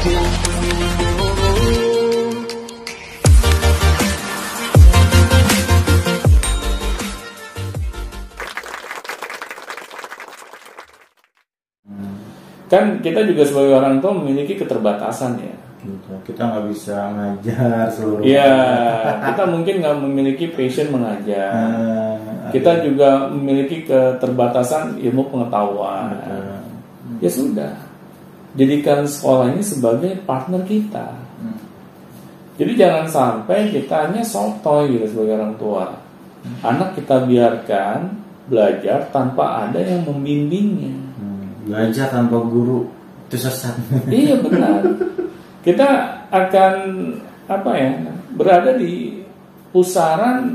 Kan kita juga sebagai orang tua memiliki keterbatasan ya. Kita nggak bisa ngajar seluruh. Iya, kita mungkin nggak memiliki passion mengajar. Kita juga memiliki keterbatasan ilmu pengetahuan. Ya sudah, jadikan sekolah ini sebagai partner kita. Jadi jangan sampai kita hanya sotoy gitu sebagai orang tua. Anak kita biarkan belajar tanpa ada yang membimbingnya. Belajar tanpa guru itu sesat. Iya benar. Kita akan berada di pusaran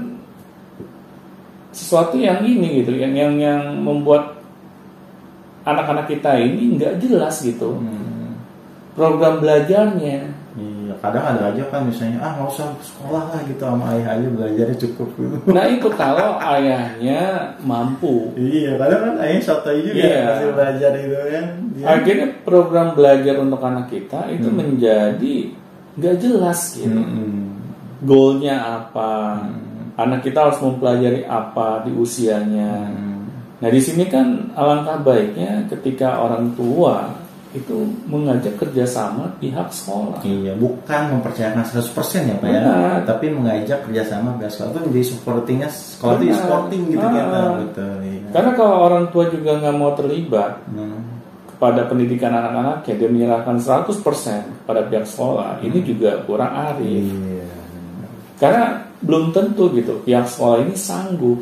sesuatu yang ini gitu, yang membuat anak-anak kita ini nggak jelas gitu program belajarnya. Iya, kadang ada aja kan misalnya nggak usah sekolah lah gitu, sama ayah aja belajarnya cukup gitu. Nah itu kalau ayahnya mampu. Iya, kadang kan ayahnya sotoy juga hasil belajar itu kan. Akhirnya program belajar untuk anak kita itu menjadi nggak jelas gitu. Goalnya apa? Anak kita harus mempelajari apa di usianya. Nah di sini kan alangkah baiknya ketika orang tua itu mengajak kerjasama pihak sekolah. Iya, bukan mempercayakan 100% ya Pak ya, tapi mengajak kerjasama pihak sekolah itu menjadi supportingnya sekolah itu supporting gitu kan. Betul. Iya. Karena kalau orang tua juga nggak mau terlibat kepada pendidikan anak-anaknya, dia menyerahkan 100% kepada pihak sekolah, ini juga kurang arif. Iya. Karena belum tentu gitu pihak sekolah ini sanggup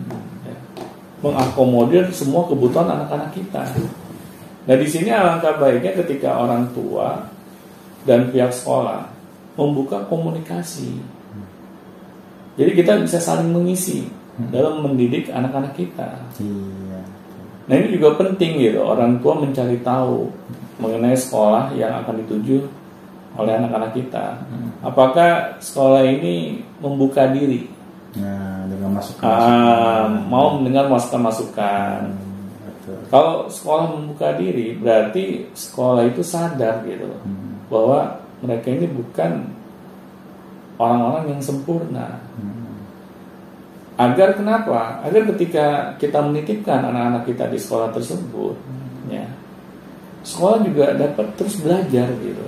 mengakomodir semua kebutuhan anak-anak kita. Nah di sini alangkah baiknya ketika orang tua dan pihak sekolah membuka komunikasi. Jadi kita bisa saling mengisi dalam mendidik anak-anak kita. Iya. Nah ini juga penting gitu, orang tua mencari tahu mengenai sekolah yang akan dituju oleh anak-anak kita. Apakah sekolah ini membuka diri? Nah, dengan masukan. Mau mendengar masukan-masukan. Kalau sekolah membuka diri, berarti sekolah itu sadar gitu bahwa mereka ini bukan orang-orang yang sempurna. Agar kenapa? Agar ketika kita menitipkan anak-anak kita di sekolah tersebut, ya, sekolah juga dapat terus belajar gitu.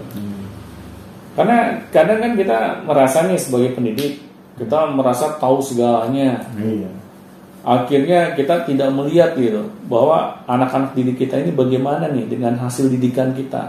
Karena kadang kan kita merasa nih sebagai pendidik, kita merasa tahu segalanya. Akhirnya kita tidak melihat gitu bahwa anak-anak didik kita ini bagaimana nih dengan hasil didikan kita.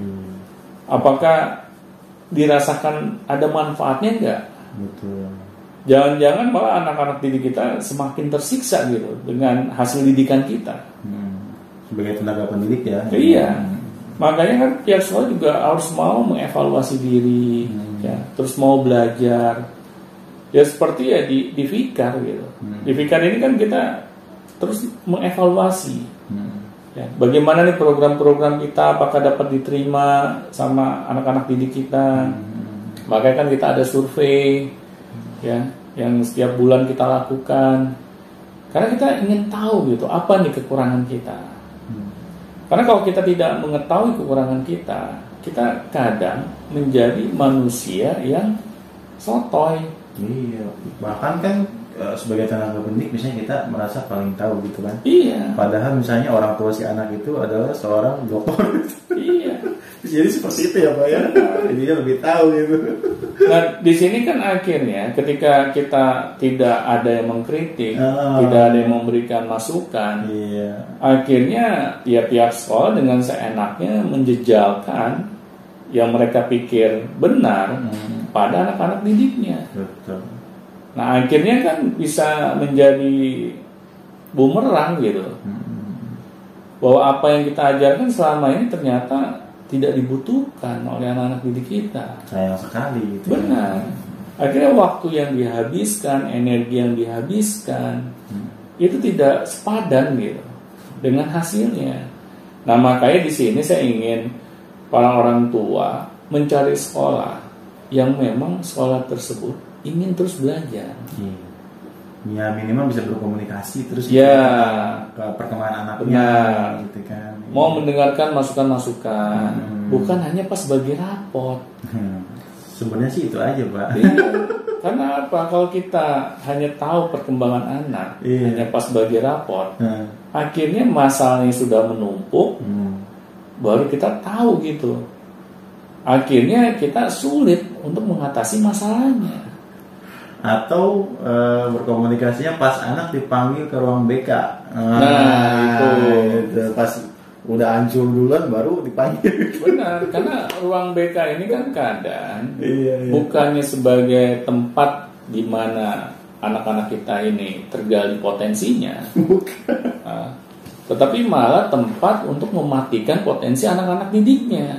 Apakah dirasakan ada manfaatnya enggak? Betul. Jangan-jangan malah anak-anak didik kita semakin tersiksa gitu dengan hasil didikan kita. Sebagai tenaga pendidik ya. Iya. Makanya kan pihak sekolah juga harus mau mengevaluasi diri, ya, terus mau belajar. Ya seperti ya di Fikar gitu. Di Fikar ini kan kita terus mengevaluasi. Ya, bagaimana nih program-program kita, apakah dapat diterima sama anak-anak didik kita. Makanya kan kita ada survei ya, yang setiap bulan kita lakukan. Karena kita ingin tahu gitu, apa nih kekurangan kita. Karena kalau kita tidak mengetahui kekurangan kita, kita kadang menjadi manusia yang sotoy. Iya, bahkan kan sebagai tenaga pendidik misalnya kita merasa paling tahu gitu kan. Iya. Padahal misalnya orang tua si anak itu adalah seorang dokter. Iya. Jadi seperti itu ya Pak ya. Jadi dia lebih tahu gitu. Nah di sini kan akhirnya ketika kita tidak ada yang mengkritik, tidak ada yang memberikan masukan, akhirnya ya pihak sekolah dengan seenaknya menjejalkan yang mereka pikir benar pada anak-anak didiknya. Betul. Nah akhirnya kan bisa menjadi bumerang gitu, bahwa apa yang kita ajarkan selama ini ternyata tidak dibutuhkan oleh anak-anak didik kita. Sayang sekali gitu. Benar. Akhirnya waktu yang dihabiskan, energi yang dihabiskan itu tidak sepadan gitu dengan hasilnya. Nah makanya di sini saya ingin para orang tua mencari sekolah yang memang sekolah tersebut ingin terus belajar. Ya minimal bisa berkomunikasi terus ya ke perkembangan anaknya gitu kan. Mau mendengarkan masukan-masukan. bukan hanya pas bagi rapot. Sebenarnya sih itu aja, Pak. Iya. Karena apa? Kalau kita hanya tahu perkembangan anak hanya pas bagi rapot, akhirnya masalahnya sudah menumpuk, baru kita tahu gitu. Akhirnya kita sulit untuk mengatasi masalahnya. Atau berkomunikasinya pas anak dipanggil ke ruang BK. Itu pas udah hancur duluan baru dipanggil. Benar, karena ruang BK ini kan kadang bukannya sebagai tempat di mana anak-anak kita ini tergali potensinya, tetapi malah tempat untuk mematikan potensi anak-anak didiknya.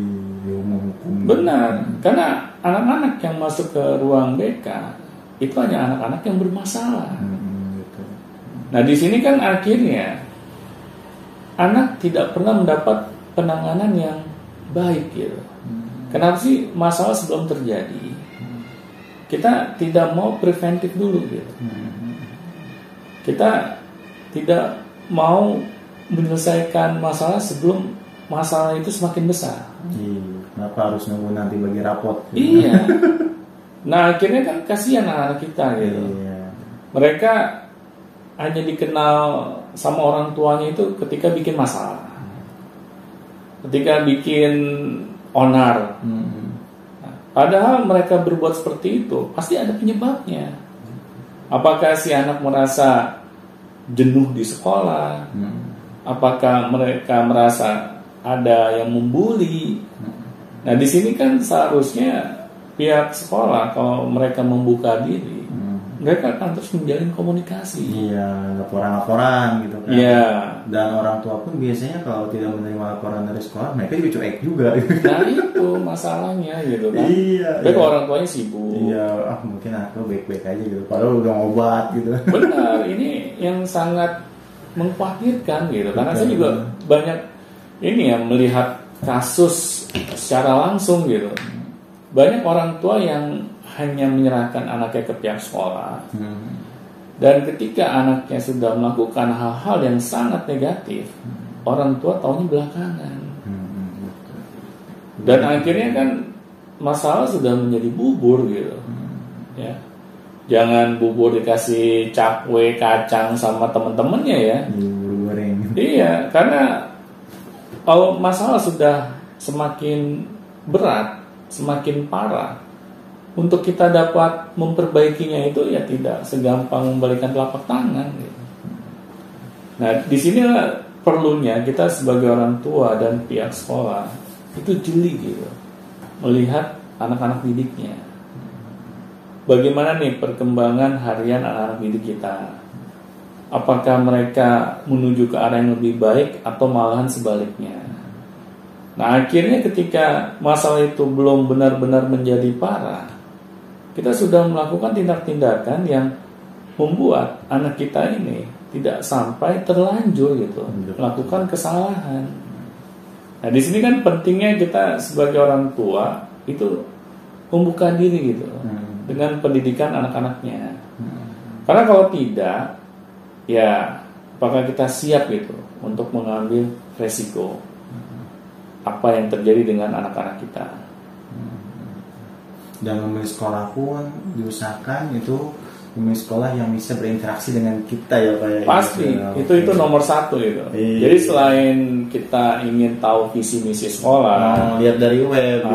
Benar, karena anak-anak yang masuk ke ruang BK itu hanya anak-anak yang bermasalah. Nah, di sini kan akhirnya anak tidak pernah mendapat penanganan yang baik gitu. Kenapa sih masalah sebelum terjadi? Kita tidak mau preventif dulu gitu. Kita tidak mau menyelesaikan masalah sebelum masalah itu semakin besar. Kenapa harus nunggu nanti bagi rapot? Iya. Nah, akhirnya kan kasihan anak-anak kita gitu. Mereka hanya dikenal sama orang tuanya itu ketika bikin masalah, ketika bikin onar. Padahal mereka berbuat seperti itu pasti ada penyebabnya. Apakah si anak merasa jenuh di sekolah? Apakah mereka merasa ada yang membuli? Nah, di sini kan seharusnya pihak sekolah kalau mereka membuka diri, mereka akan terus menjalin komunikasi. Laporan-laporan gitu kan. Dan orang tua pun biasanya kalau tidak menerima laporan dari sekolah, mereka juga cuek juga. Nah, itu masalahnya gitu kan. Tapi kalau orang tuanya sibuk. Mungkin aku baik-baik aja gitu. Padahal udah ngobat gitu. Benar, ini yang sangat mengkhawatirkan gitu. Karena saya juga banyak ini ya melihat kasus secara langsung gitu. Banyak orang tua yang hanya menyerahkan anaknya ke pihak sekolah, dan ketika anaknya sudah melakukan hal-hal yang sangat negatif, orang tua taunya belakangan, dan akhirnya kan masalah sudah menjadi bubur gitu. Ya, jangan bubur dikasih cakwe kacang sama temen-temennya ya. Iya, karena kalau masalah sudah semakin berat, semakin parah, untuk kita dapat memperbaikinya itu ya tidak segampang membalikan telapak tangan gitu. Nah, di sinilah perlunya kita sebagai orang tua dan pihak sekolah itu jeli gitu melihat anak-anak didiknya. Bagaimana nih perkembangan harian anak-anak didik kita? Apakah mereka menuju ke arah yang lebih baik atau malahan sebaliknya? Nah, akhirnya ketika masalah itu belum benar-benar menjadi parah, kita sudah melakukan tindak-tindakan yang membuat anak kita ini tidak sampai terlanjur gitu melakukan kesalahan. Nah, di sini kan pentingnya kita sebagai orang tua itu membuka diri gitu dengan pendidikan anak-anaknya. Karena kalau tidak, ya apakah kita siap gitu untuk mengambil resiko apa yang terjadi dengan anak-anak kita. Dan memilih sekolah pun diusahakan itu memilih sekolah yang bisa berinteraksi dengan kita ya Pak ya. Pasti, itu nomor satu itu. Jadi selain kita ingin tahu visi misi sekolah, lihat dari web,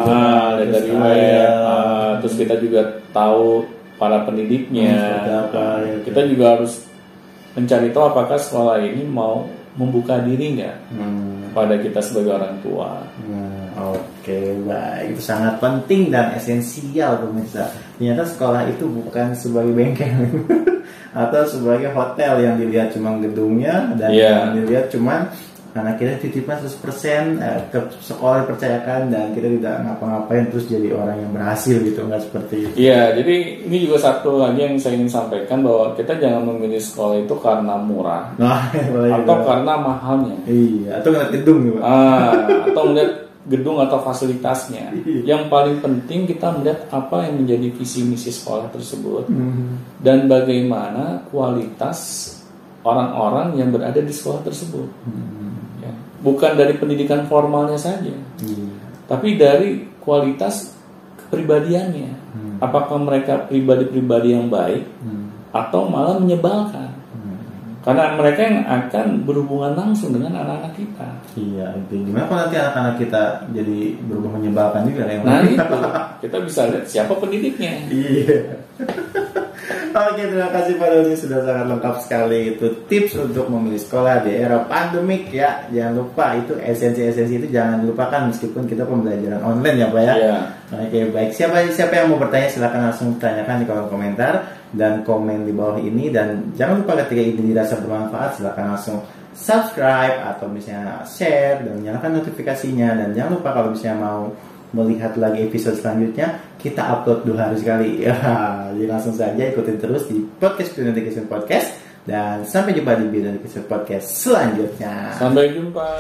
terus kita juga tahu para pendidiknya. Kita juga harus mencari tahu apakah sekolah ini mau membuka diri nggak pada kita sebagai orang tua. Oke, baik, itu sangat penting dan esensial pemirsa. Ternyata sekolah itu bukan sebagai bengkel atau sebagai hotel yang dilihat cuma gedungnya dan yang dilihat cuma karena kita titipkan 100% ke sekolah dipercayakan dan kita tidak ngapa-ngapain terus jadi orang yang berhasil gitu, nggak seperti itu. Iya, jadi ini juga satu lagi yang saya ingin sampaikan bahwa kita jangan memilih sekolah itu karena murah atau karena mahalnya. Iya, atau ngeliat gedung juga. Atau melihat gedung atau fasilitasnya. Yang paling penting kita melihat apa yang menjadi visi misi sekolah tersebut dan bagaimana kualitas orang-orang yang berada di sekolah tersebut. Ya. Bukan dari pendidikan formalnya saja. tapi dari kualitas kepribadiannya. Apakah mereka pribadi-pribadi yang baik atau malah menyebalkan? Karena mereka yang akan berhubungan langsung dengan anak-anak kita. Iya, itu gimana kalau nanti anak-anak kita jadi berhubungan menyebalkan juga ya? Nah itu kita bisa lihat siapa pendidiknya. Iya. Oke, terima kasih Pak Doni, sudah sangat lengkap sekali itu tips untuk memilih sekolah di era pandemik ya. Jangan lupa itu esensi-esensi itu jangan dilupakan meskipun kita pembelajaran online ya Pak ya. Iya. Oke, baik. Siapa yang mau bertanya silakan langsung tanyakan di kolom komentar dan komen di bawah ini, dan jangan lupa ketika ini dirasa bermanfaat silakan langsung subscribe atau misalnya share dan nyalakan notifikasinya, dan jangan lupa kalau misalnya mau melihat lagi episode selanjutnya kita upload 2 hari sekali ya. Jadi langsung saja ikutin terus di podcast Beyond Education Podcast, dan sampai jumpa di Beyond Education Podcast selanjutnya. Sampai jumpa.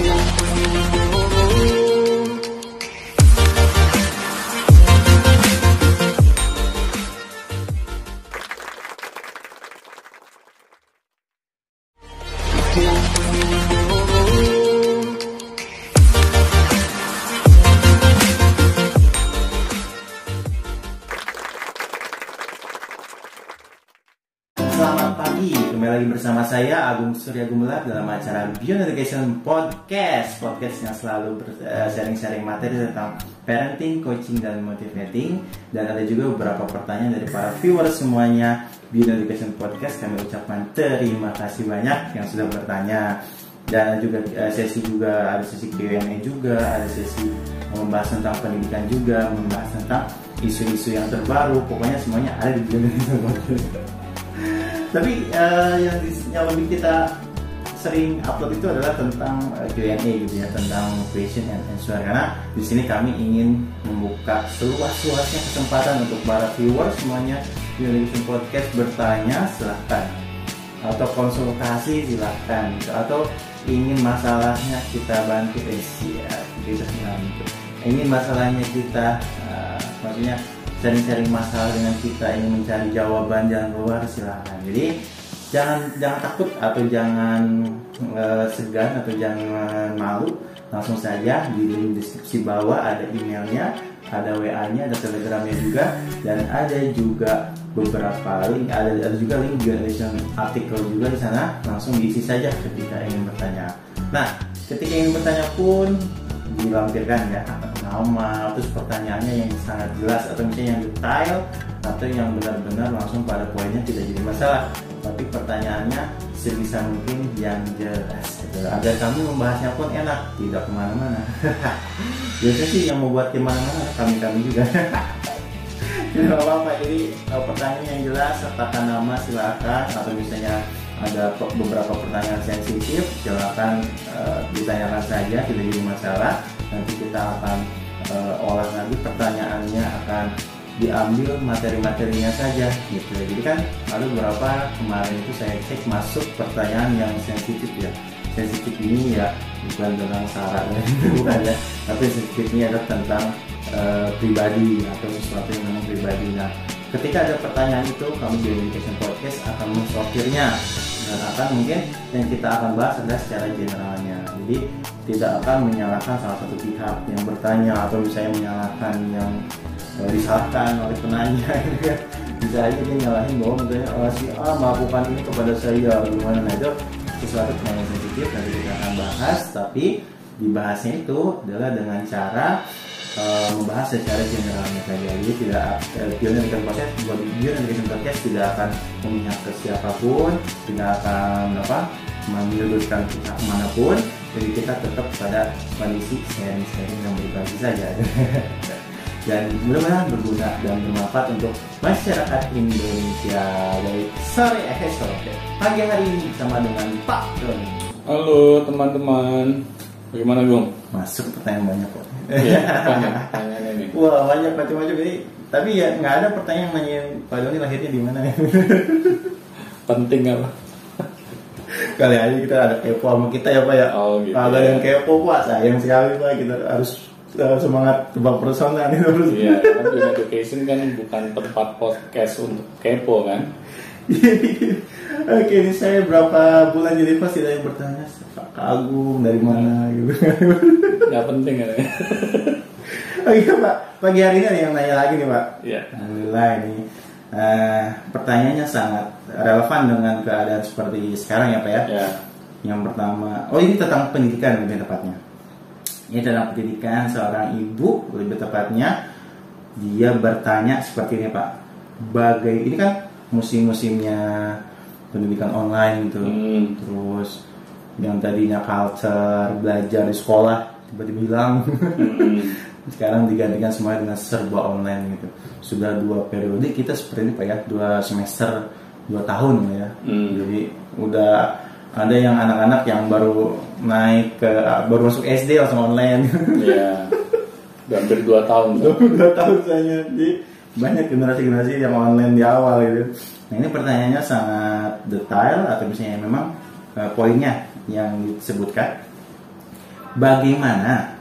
Selamat pagi, kembali lagi bersama saya Agung Surya Gumelar dalam acara Beyond Education Podcast. Podcast yang selalu sharing-sharing materi tentang parenting, coaching, dan motivating. Dan ada juga beberapa pertanyaan dari para viewers semuanya. Beyond Education Podcast, kami ucapkan terima kasih banyak yang sudah bertanya. Dan juga ada sesi Q&A juga, ada sesi membahas tentang pendidikan juga, membahas tentang isu-isu yang terbaru. Pokoknya semuanya ada di Beyond Education Podcast. Tapi yang lebih kita sering upload itu adalah tentang Q&A gitu ya, tentang question and answer, karena di sini kami ingin membuka seluas-luasnya kesempatan untuk para viewers semuanya di Education Podcast bertanya silahkan, atau konsultasi silahkan, atau ingin masalahnya kita bantu ingin masalahnya kita maksudnya sharing-sharing masalah dengan kita, ingin mencari jawaban jalan keluar silahkan. Jadi jangan takut atau jangan segan atau jangan malu, langsung saja di link deskripsi bawah ada emailnya, ada WA-nya, ada Telegramnya juga, dan ada juga beberapa link, ada juga link Beyond artikel juga di sana, langsung diisi saja ketika ingin bertanya. Nah, ketika ingin bertanya pun dilampirkan ya nama, terus pertanyaannya yang sangat jelas atau misalnya yang detail atau yang benar-benar langsung pada poinnya, tidak jadi masalah, tapi pertanyaannya sebisa mungkin yang jelas gitu, agar kami membahasnya pun enak, tidak kemana-mana. Biasanya sih yang membuat kemana-mana kami juga. Tidak apa-apa, jadi pertanyaan yang jelas, sertakan nama silakan, atau misalnya ada beberapa pertanyaan sensitif silakan ditanyakan saja, tidak jadi masalah. Nanti kita akan olah lagi pertanyaannya, akan diambil materi-materinya saja gitu ya. Jadi kan ada beberapa kemarin itu saya cek masuk pertanyaan yang sensitif ya. Sensitif ini ya bukan tentang sara bukan ya, tapi sensitifnya adalah tentang pribadi atau sesuatu yang memang pribadi. Nah, ketika ada pertanyaan itu, kami di Education Podcast akan mensortirnya dan akan mungkin yang kita akan bahas adalah secara generalnya. Jadi tidak akan menyalahkan salah satu pihak yang bertanya, atau misalnya menyalahkan yang disalahkan oleh penanya. Bisa aja dia nyalahin bahwa misalnya si A melakukan ini kepada saya gimana. Nah, itu sesuatu yang sensitif, nanti kita akan bahas, tapi dibahasnya itu adalah dengan cara membahas secara generalnya saja. Jadi tidak Beyond Education Podcast tidak akan memihak ke siapapun, tidak akan menyudutkan pihak manapun. Jadi kita tetap pada kondisi sharing yang berbagi saja. Dan mudah-mudahan berguna dan bermanfaat untuk masyarakat Indonesia. Dari sore pagi hari ini bersama dengan Pak Doni. Halo teman-teman, bagaimana Gung? Masuk pertanyaan banyak kok. Iya, banyak pertanyaan ini. Wah, banyak macam-macam ini. Tapi ya nggak ada pertanyaan yang nanyain Pak Doni lahirnya di mana ya. Penting apa? Kali aja kita ada kepo sama kita ya Pak ya. Oh, gitu. Ada yang kepo Pak, sayang sekali Pak, kita harus semangat tebak personal nih terus. Iya, kan Beyond Education kan bukan tempat podcast untuk kepo kan. Oke, ini saya berapa bulan jadi pas tidak yang bertanya Pak Agung dari mana gitu. Nggak penting kan ya. Oh iya Pak, pagi hari ini ada yang nanya lagi nih Pak. Iya. Alhamdulillah ini pertanyaannya sangat relevan dengan keadaan seperti sekarang ya Pak ya. Ya. Yang pertama, ini tentang pendidikan lebih tepatnya. Ini tentang pendidikan seorang ibu lebih tepatnya. Dia bertanya seperti ini Pak. Ini kan musim-musimnya pendidikan online gitu. Terus yang tadinya culture belajar di sekolah tiba-tiba hilang. Sekarang digantikan semua dengan serba online gitu. Sudah 2 periode kita seperti ini Pak ya, 2 semester 2 tahun ya. Jadi udah ada yang anak-anak yang baru masuk SD langsung online. Iya. Hampir 2 tahun. 2 tahun saya. Jadi banyak generasi-generasi yang online di awal gitu. Nah ini pertanyaannya sangat detail atau misalnya memang poinnya yang disebutkan. Bagaimana?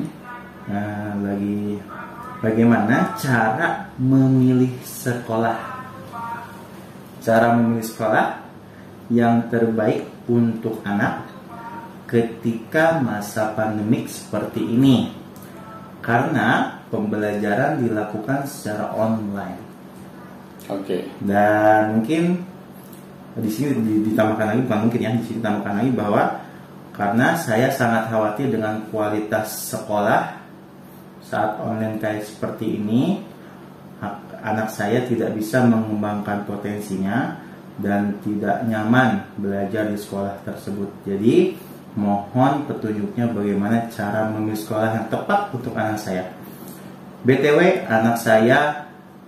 Bagaimana cara memilih sekolah? Cara memilih sekolah yang terbaik untuk anak ketika masa pandemik seperti ini, karena pembelajaran dilakukan secara online. Oke. Dan mungkin di sini ditambahkan lagi, bukan mungkin ya, di sini ditambahkan lagi bahwa karena saya sangat khawatir dengan kualitas sekolah saat online kayak seperti ini, anak saya tidak bisa mengembangkan potensinya dan tidak nyaman belajar di sekolah tersebut. Jadi mohon petunjuknya bagaimana cara memilih sekolah yang tepat untuk anak saya. BTW anak saya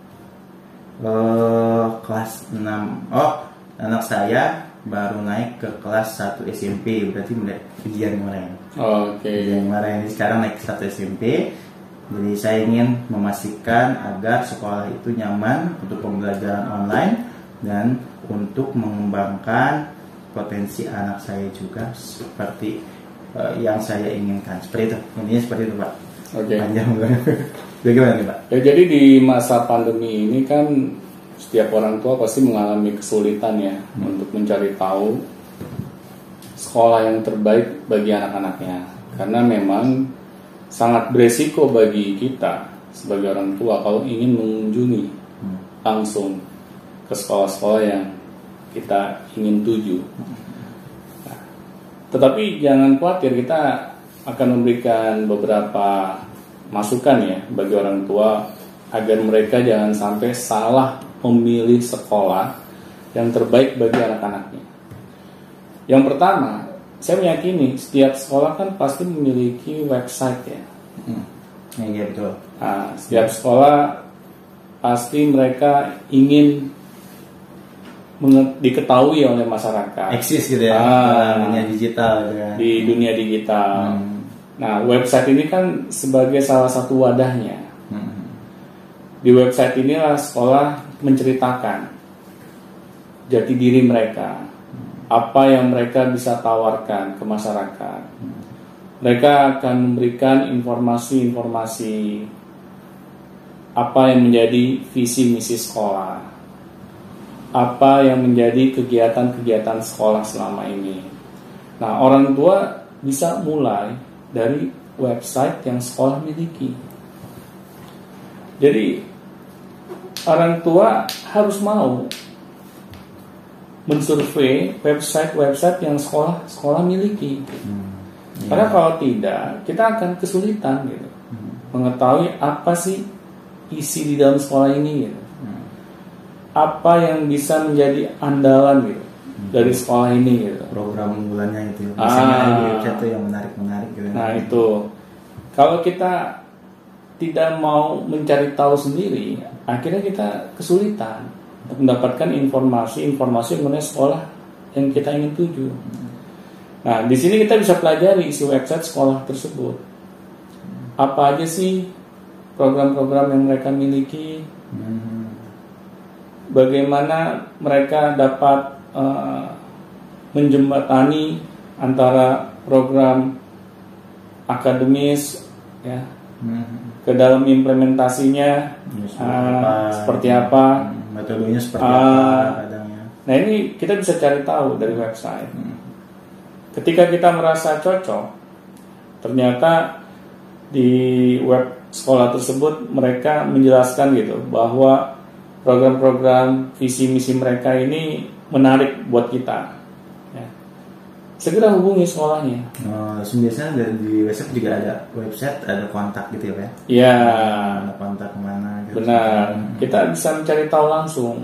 kelas 6. Anak saya baru naik ke kelas 1 SMP, berarti mulai ujian kemarin. Oke. Ujian kemarin, sekarang naik ke 1 SMP. Jadi saya ingin memastikan agar sekolah itu nyaman untuk pembelajaran online dan untuk mengembangkan potensi anak saya juga seperti yang saya inginkan. Seperti itu, intinya seperti itu Pak. Oke. Panjang banget. Bagaimana nih Pak? Ya, jadi di masa pandemi ini kan setiap orang tua pasti mengalami kesulitan ya untuk mencari tahu sekolah yang terbaik bagi anak-anaknya, karena memang sangat beresiko bagi kita sebagai orang tua kalau ingin mengunjungi langsung ke sekolah-sekolah yang kita ingin tuju. Nah, tetapi jangan khawatir, kita akan memberikan beberapa masukan ya bagi orang tua agar mereka jangan sampai salah memilih sekolah yang terbaik bagi anak-anaknya. Yang pertama, saya meyakini setiap sekolah kan pasti memiliki website ya. Iya betul. Nah, setiap sekolah pasti mereka ingin diketahui oleh masyarakat. Eksis gitu ya, dunia digital gitu ya. Di dunia digital. Nah, website ini kan sebagai salah satu wadahnya. Di website inilah sekolah menceritakan jati diri mereka, apa yang mereka bisa tawarkan ke masyarakat. Mereka akan memberikan informasi-informasi apa yang menjadi visi misi sekolah, apa yang menjadi kegiatan-kegiatan sekolah selama ini. Nah, orang tua bisa mulai dari website yang sekolah miliki. Jadi orang tua harus mau mensurvei website-website yang sekolah miliki. Karena kalau tidak, kita akan kesulitan gitu mengetahui apa sih isi di dalam sekolah ini gitu. Apa yang bisa menjadi andalan gitu dari sekolah ini gitu. Program unggulannya itu. Misalnya di website itu yang menarik gitu. Nah itu, kalau kita tidak mau mencari tahu sendiri, akhirnya kita kesulitan untuk mendapatkan informasi mengenai sekolah yang kita ingin tuju. Nah, di sini kita bisa pelajari isi website sekolah tersebut. Apa aja sih program-program yang mereka miliki? Bagaimana mereka dapat menjembatani antara program akademis ya ke dalam implementasinya seperti apa, metodenya seperti apa kadangnya. Nah ini kita bisa cari tahu dari website. Ketika kita merasa cocok, ternyata di web sekolah tersebut mereka menjelaskan gitu bahwa program-program visi misi mereka ini menarik buat kita, ya. Segera hubungi sekolahnya. Biasanya di website juga ada ada kontak gitu ya Pak? Ya. Ada kontak kemana? Gitu. Benar. Kita bisa mencari tahu langsung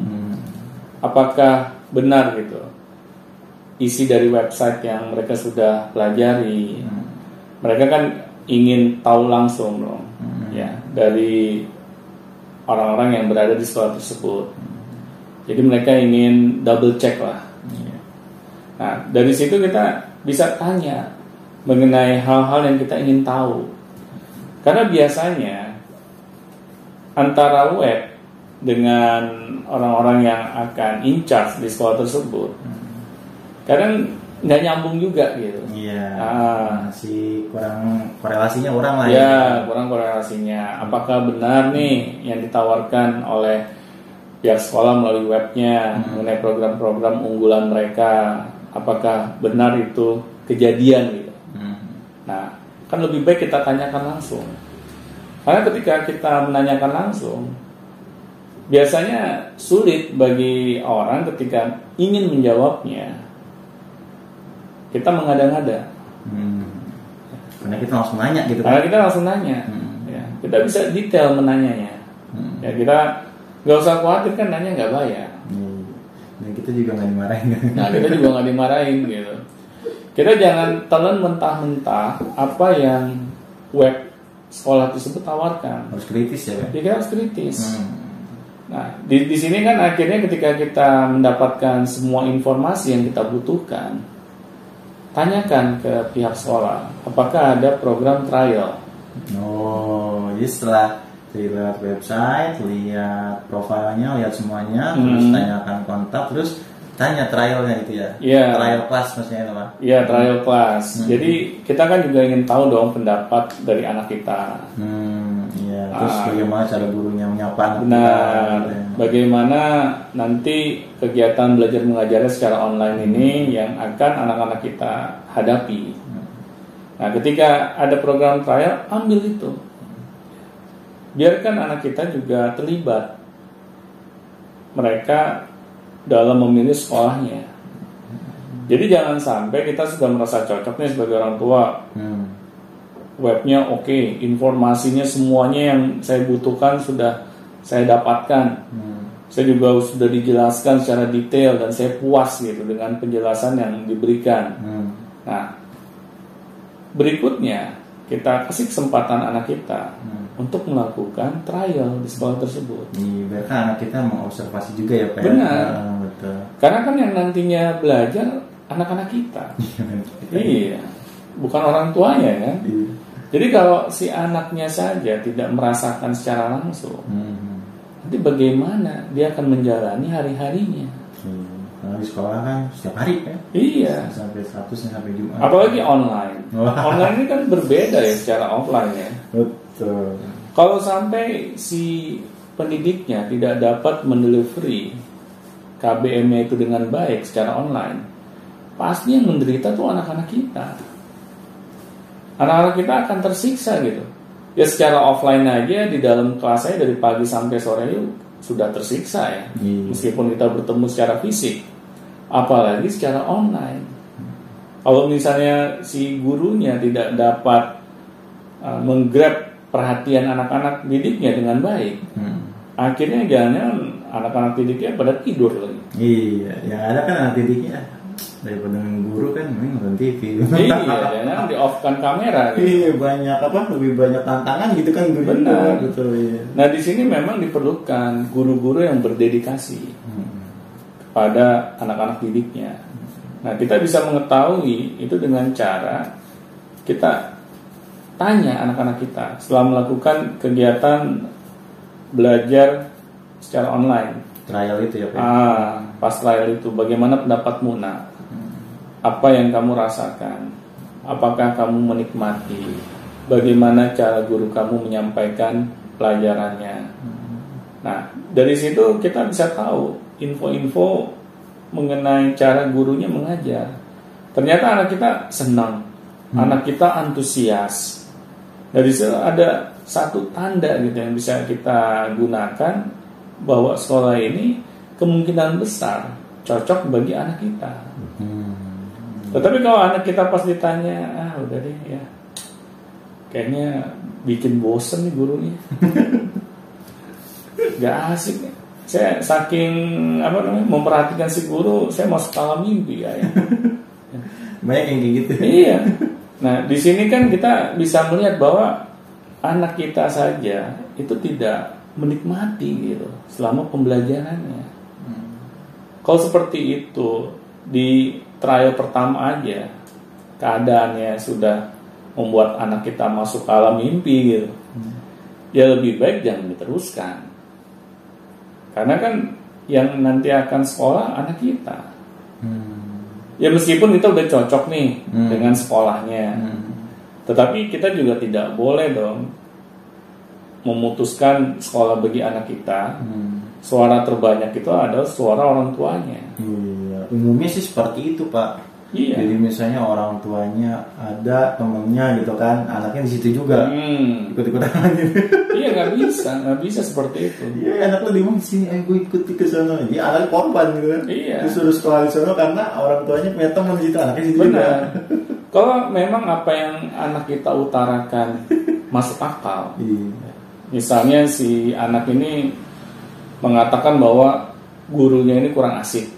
apakah benar gitu isi dari website yang mereka sudah pelajari. Mereka kan ingin tahu langsung dong, ya, dari orang-orang yang berada di sekolah tersebut. Jadi mereka ingin double check lah. Nah, dari situ kita bisa tanya mengenai hal-hal yang kita ingin tahu. Karena biasanya antara web dengan orang-orang yang akan in charge di sekolah tersebut kadang nggak nyambung juga gitu. Iya. Masih kurang korelasinya orang lah. Ya, kurang korelasinya. Apakah benar nih yang ditawarkan oleh pihak sekolah melalui webnya mengenai program-program unggulan mereka? Apakah benar itu kejadian gitu? Nah, kan lebih baik kita tanyakan langsung. Karena ketika kita menanyakan langsung, biasanya sulit bagi orang ketika ingin menjawabnya. Kita mengada-ngada. Karena kita langsung nanya gitu. Karena kita langsung nanya. Ya, kita bisa detail menanyanya. Ya, kita nggak usah khawatir kan nanya nggak bayar. Dan kita juga nggak dimarahin. Nah, kita juga nggak dimarahin gitu. Kita jangan telan mentah-mentah apa yang web sekolah tersebut tawarkan. Harus kritis ya Pak? Kita harus kritis. Nah, di sini kan akhirnya ketika kita mendapatkan semua informasi yang kita butuhkan, tanyakan ke pihak sekolah apakah ada program trial. Jadi setelah lihat website, lihat profilnya, lihat semuanya, terus tanyakan kontak, terus tanya trialnya itu ya? Trial class maksudnya itu Pak? Iya, trial class. Jadi kita kan juga ingin tahu dong pendapat dari anak kita. Terus bagaimana cara gurunya menyapa anak Benar. Kita? Bagaimana nanti kegiatan belajar mengajarnya secara online ini yang akan anak-anak kita hadapi. Nah, ketika ada program trial, ambil itu. Biarkan anak kita juga terlibat. Mereka dalam memilih sekolahnya. Jadi jangan sampai kita sudah merasa cocok nih sebagai orang tua. Webnya oke, informasinya semuanya yang saya butuhkan sudah saya dapatkan. Saya juga sudah dijelaskan secara detail dan saya puas gitu dengan penjelasan yang diberikan. Nah, berikutnya kita kasih kesempatan anak kita untuk melakukan trial di sekolah tersebut. Biar anak kita mengobservasi juga ya Pak. Benar. Betul. Karena kan yang nantinya belajar anak-anak kita. Iya. Bukan orang tuanya kan. Jadi kalau si anaknya saja tidak merasakan secara langsung, nanti bagaimana dia akan menjalani hari-harinya? Kalau di sekolah kan setiap hari kan? Iya. Sampai Sabtu sampai Jumat. Apalagi online. Online ini kan berbeda ya secara offline ya. Betul. Kalau sampai si pendidiknya tidak dapat mendelivery KBM-nya itu dengan baik secara online, pasti yang menderita tuh anak-anak kita. Anak-anak kita akan tersiksa gitu. Ya secara offline aja di dalam kelas saya dari pagi sampai sore itu sudah tersiksa ya. Meskipun kita bertemu secara fisik. Apalagi secara online. Kalau misalnya si gurunya tidak dapat menggrab perhatian anak-anak didiknya dengan baik, akhirnya jangan anak-anak didiknya pada tidur lagi. Iya, yang ada kan anak didiknya daripada guru kan nonton TV. Iya, jangan di off kan kamera. Gitu. Iya, banyak lebih banyak tantangan gitu kan guru. Benar. Betul. Iya. Nah di sini memang diperlukan guru-guru yang berdedikasi kepada anak-anak didiknya. Nah kita bisa mengetahui itu dengan cara kita tanya anak-anak kita setelah melakukan kegiatan belajar secara online. Trial itu ya Pak? Pas trial itu bagaimana pendapatmu nak? Apa yang kamu rasakan? Apakah kamu menikmati? Bagaimana cara guru kamu menyampaikan pelajarannya? Nah dari situ kita bisa tahu info-info mengenai cara gurunya mengajar. Ternyata anak kita senang, anak kita antusias. Dari situ ada satu tanda gitu yang bisa kita gunakan bahwa sekolah ini kemungkinan besar cocok bagi anak kita. Tetapi kalau anak kita pas ditanya, udah deh ya, kayaknya bikin bosen nih gurunya, gak asik. Saya saking memperhatikan si guru, saya masuk alam mimpi ya. Banyak yang kayak gitu. Iya. Nah, di sini kan kita bisa melihat bahwa anak kita saja itu tidak menikmati gitu selama pembelajarannya. Kalau seperti itu di trial pertama aja keadaannya sudah membuat anak kita masuk ke alam mimpi gitu. Ya lebih baik jangan diteruskan. Karena kan yang nanti akan sekolah anak kita. Ya meskipun kita udah cocok nih dengan sekolahnya, tetapi kita juga tidak boleh dong memutuskan sekolah bagi anak kita. Suara terbanyak itu adalah suara orang tuanya. Iya, umumnya sih seperti itu, Pak. Iya. Jadi misalnya orang tuanya ada temennya gitu kan, anaknya di situ juga ikut-ikutan gitu. Iya, nggak bisa seperti itu. Iya, anak lu di sini, gue ikut ke sana. Dia anak korban gitu kan. Iya. Disuruh sekolah di sana karena orang tuanya punya teman di situ, anaknya di situ juga. Kalau memang apa yang anak kita utarakan masuk akal. Iya. Misalnya si anak ini mengatakan bahwa gurunya ini kurang asik.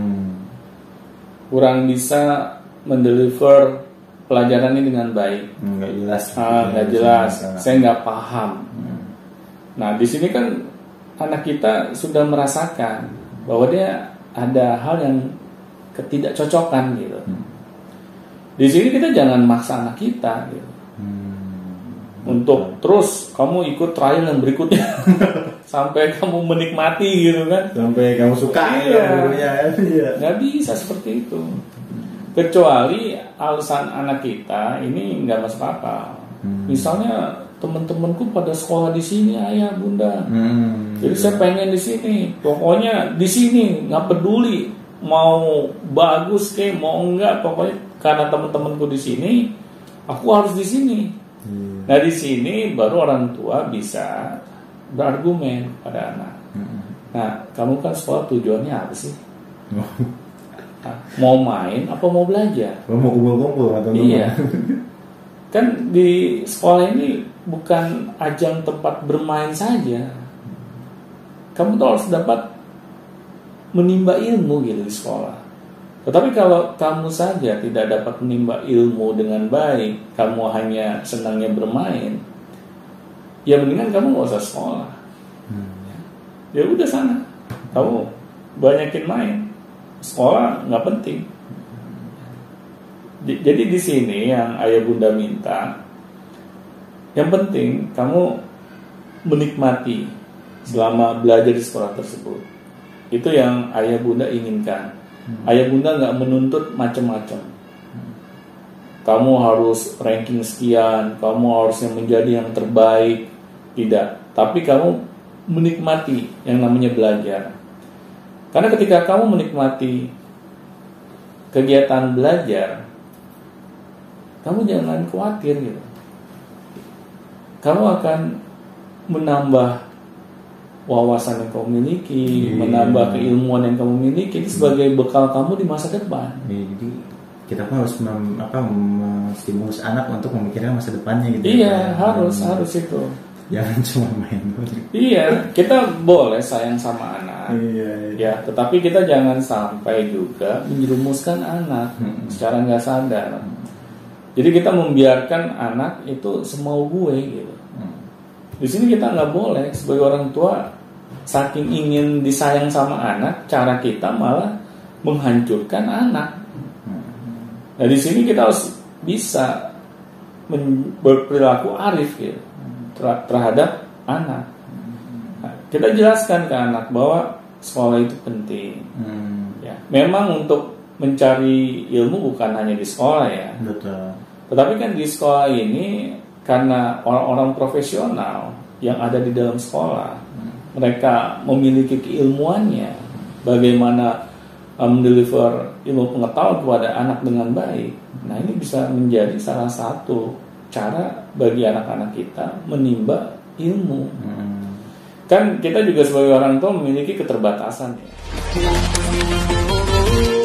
Kurang bisa mendeliver pelajaran ini dengan baik. Nggak jelas. Nggak jelas. Saya nggak paham. Nah, di sini kan anak kita sudah merasakan bahwa dia ada hal yang ketidakcocokan gitu. Di sini kita jangan maksa anak kita gitu. Untuk terus kamu ikut trial yang berikutnya sampai kamu menikmati gitu kan, sampai kamu suka iya. Nggak bisa seperti itu, kecuali alasan anak kita ini nggak masuk akal. Misalnya teman-temanku pada sekolah di sini ayah bunda, jadi saya pengen di sini, pokoknya di sini nggak peduli mau bagus ke mau enggak, pokoknya karena teman-temanku di sini aku harus di sini. Nah di sini baru orang tua bisa berargumen pada anak. Nah kamu kan sekolah tujuannya apa sih? Nah, mau main apa mau belajar? Mau kumpul-kumpul atau iya. Kan di sekolah ini bukan ajang tempat bermain saja. Kamu tuh harus dapat menimba ilmu gitu di sekolah. Tetapi kalau kamu saja tidak dapat menimba ilmu dengan baik, kamu hanya senangnya bermain, ya mendingan kamu nggak usah sekolah. Ya udah sana, kamu banyakin main, sekolah nggak penting. Jadi di sini yang ayah bunda minta, yang penting kamu menikmati selama belajar di sekolah tersebut. Itu yang ayah bunda inginkan. Ayah bunda nggak menuntut macam-macam. Kamu harus ranking sekian, kamu harusnya menjadi yang terbaik, tidak. Tapi kamu menikmati yang namanya belajar. Karena ketika kamu menikmati kegiatan belajar, kamu jangan khawatir gitu. Kamu akan menambah wawasan yang kamu miliki, menambah keilmuan yang kamu miliki, itu sebagai bekal kamu di masa depan. Jadi kita pun harus menstimulus anak untuk memikirkan masa depannya gitu. Iya, harus itu. Jangan cuma main. Iya, kita boleh sayang sama anak. Iya. Ya, tetapi kita jangan sampai juga menjerumuskan anak secara nggak sadar. Jadi kita membiarkan anak itu semau gue gitu. Di sini kita nggak boleh sebagai orang tua saking ingin disayang sama anak, cara kita malah menghancurkan anak. Nah di sini kita harus bisa berperilaku arif gitu, terhadap anak. Nah, kita jelaskan ke anak bahwa sekolah itu penting. Ya, memang untuk mencari ilmu bukan hanya di sekolah ya. Betul. Tetapi kan di sekolah ini karena orang-orang profesional yang ada di dalam sekolah, mereka memiliki keilmuannya bagaimana mendeliver ilmu pengetahuan kepada anak dengan baik. Nah ini bisa menjadi salah satu cara bagi anak-anak kita menimba ilmu. Kan kita juga sebagai orang tua memiliki keterbatasan ya.